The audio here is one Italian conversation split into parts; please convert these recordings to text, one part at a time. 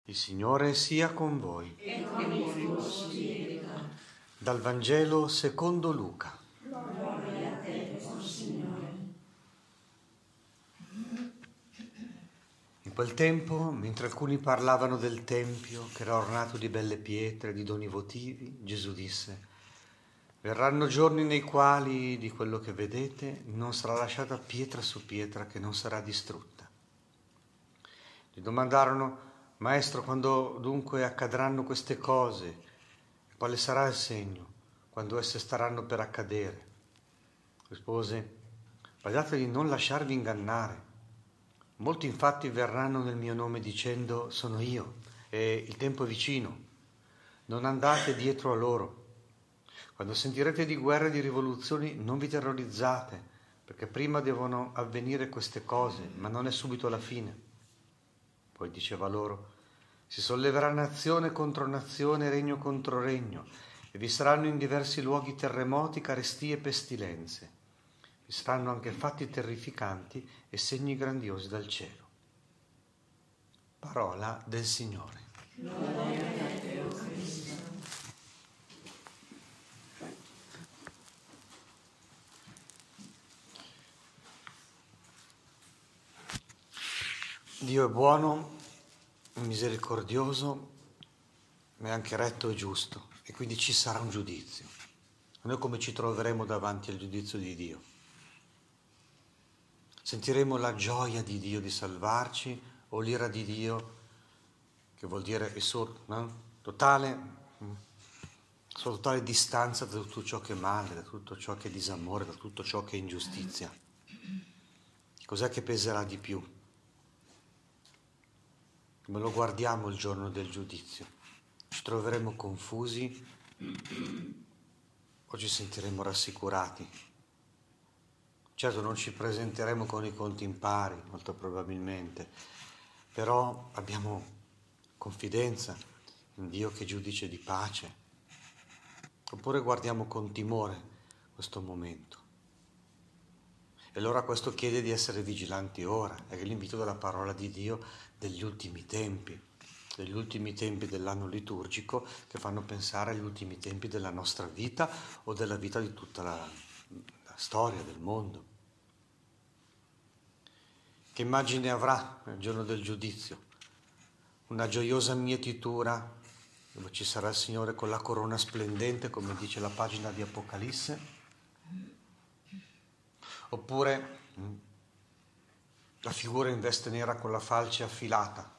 Il Signore sia con voi. E con il tuo spirito. Dal Vangelo secondo Luca. Gloria a te, o Signore. In quel tempo, mentre alcuni parlavano del Tempio, che era ornato di belle pietre, di doni votivi, Gesù disse: verranno giorni nei quali di quello che vedete non sarà lasciata pietra su pietra che non sarà distrutta. Gli domandarono: Maestro, quando dunque accadranno queste cose? Quale sarà il segno, quando esse staranno per accadere? Rispose: badate di non lasciarvi ingannare. Molti infatti verranno nel mio nome dicendo: sono io, e il tempo è vicino. Non andate dietro a loro. Quando sentirete di guerre e di rivoluzioni, non vi terrorizzate, perché prima devono avvenire queste cose, ma non è subito la fine. Poi diceva loro: si solleverà nazione contro nazione, regno contro regno, e vi saranno in diversi luoghi terremoti, carestie e pestilenze. Vi saranno anche fatti terrificanti e segni grandiosi dal cielo. Parola del Signore. Gloria a te, o Cristo. Dio è buono, misericordioso, ma è anche retto e giusto, e quindi ci sarà un giudizio. Noi come ci troveremo davanti al giudizio di Dio? Sentiremo la gioia di Dio di salvarci o l'ira di Dio, che vuol dire il suo totale distanza da tutto ciò che è male, da tutto ciò che è disamore, da tutto ciò che è ingiustizia? Cos'è che peserà di più? Come lo guardiamo il giorno del giudizio? Ci troveremo confusi o ci sentiremo rassicurati? Certo, non ci presenteremo con i conti in pari, molto probabilmente, però abbiamo confidenza in Dio che è giudice di pace. Oppure guardiamo con timore questo momento. E allora questo chiede di essere vigilanti ora, è l'invito della parola di Dio degli ultimi tempi dell'anno liturgico, che fanno pensare agli ultimi tempi della nostra vita o della vita di tutta la storia del mondo. Che immagine avrà il giorno del giudizio? Una gioiosa mietitura dove ci sarà il Signore con la corona splendente, come dice la pagina di Apocalisse? Oppure la figura in veste nera con la falce affilata?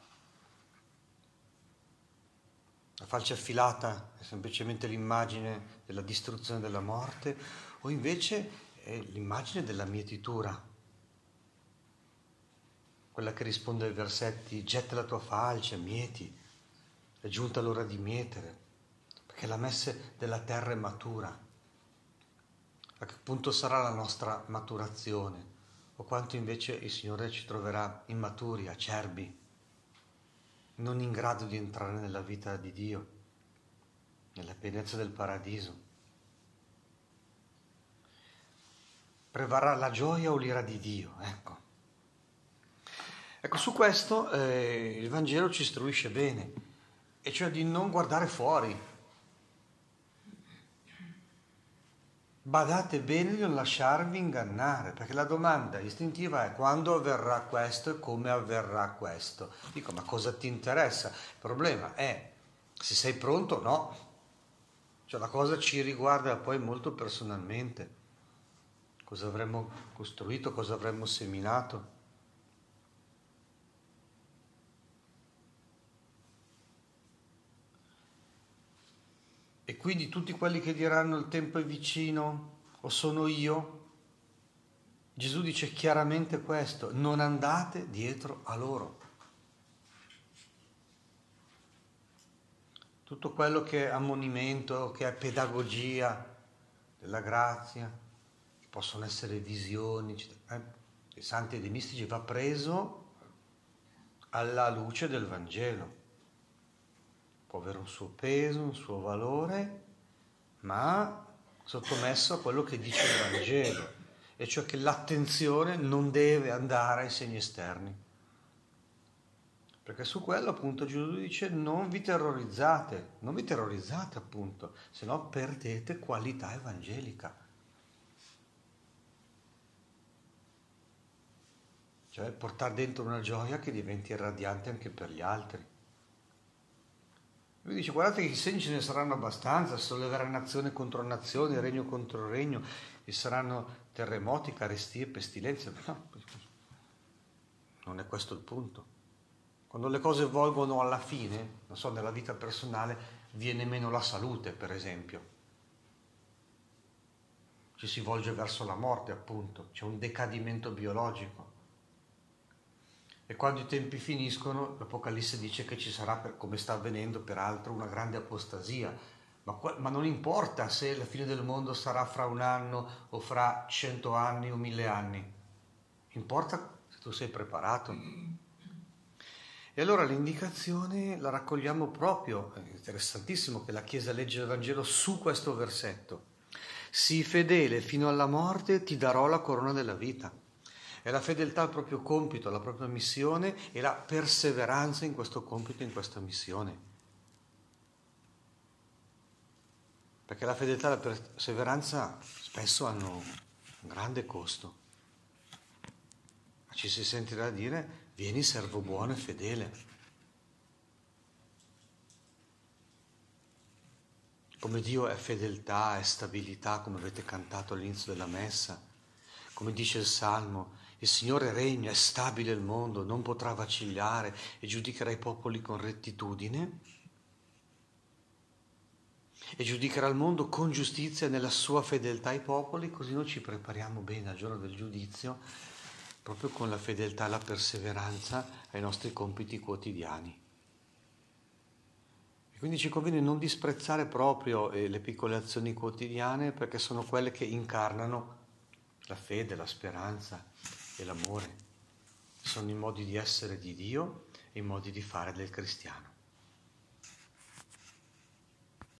La falce affilata è semplicemente l'immagine della distruzione della morte, o invece è l'immagine della mietitura? Quella che risponde ai versetti: getta la tua falce, mieti, è giunta l'ora di mietere, perché la messe della terra è matura. A che punto sarà la nostra maturazione? O quanto invece il Signore ci troverà immaturi, acerbi, non in grado di entrare nella vita di Dio, nella pienezza del paradiso? Prevarrà la gioia o l'ira di Dio? Ecco, su questo il Vangelo ci istruisce bene, e cioè di non guardare fuori. Badate bene di non lasciarvi ingannare, perché la domanda istintiva è: quando avverrà questo e come avverrà questo? Dico, ma cosa ti interessa? Il problema è se sei pronto o no. Cioè la cosa ci riguarda poi molto personalmente. Cosa avremmo costruito, cosa avremmo seminato. E quindi tutti quelli che diranno il tempo è vicino o sono io, Gesù dice chiaramente questo: non andate dietro a loro. Tutto quello che è ammonimento, che è pedagogia della grazia, che possono essere visioni, dei santi e dei mistici, va preso alla luce del Vangelo. Può avere un suo peso, un suo valore, ma sottomesso a quello che dice il Vangelo, e cioè che l'attenzione non deve andare ai segni esterni, Perché su quello appunto Gesù dice non vi terrorizzate appunto, se no perdete qualità evangelica. Cioè portare dentro una gioia che diventi irradiante anche per gli altri. Lui dice guardate che i segni ce ne saranno abbastanza, solleverà nazione contro nazione, regno contro regno, ci saranno terremoti, carestie, pestilenze. No, non è questo il punto. Quando le cose volgono alla fine, non so, nella vita personale, viene meno la salute, per esempio. Ci si volge verso la morte, appunto, c'è un decadimento biologico. E quando i tempi finiscono, l'Apocalisse dice che ci sarà, come sta avvenendo peraltro, una grande apostasia. Ma non importa se la fine del mondo sarà fra 1 anno o fra 100 anni o 1000 anni. Importa se tu sei preparato. E allora l'indicazione la raccogliamo proprio, è interessantissimo che la Chiesa legge il Vangelo su questo versetto. Sii fedele fino alla morte, ti darò la corona della vita. È la fedeltà al proprio compito, alla propria missione e la perseveranza in questo compito, in questa missione. Perché la fedeltà e la perseveranza spesso hanno un grande costo. Ma ci si sentirà dire, vieni servo buono e fedele. Come Dio è fedeltà, è stabilità, come avete cantato all'inizio della messa. Come dice il Salmo, il Signore regna, è stabile il mondo, non potrà vacillare e giudicherà i popoli con rettitudine e giudicherà il mondo con giustizia nella sua fedeltà ai popoli, così noi ci prepariamo bene al giorno del giudizio, proprio con la fedeltà e la perseveranza ai nostri compiti quotidiani. E quindi ci conviene non disprezzare proprio le piccole azioni quotidiane, perché sono quelle che incarnano la fede, la speranza e l'amore. Sono i modi di essere di Dio e i modi di fare del cristiano.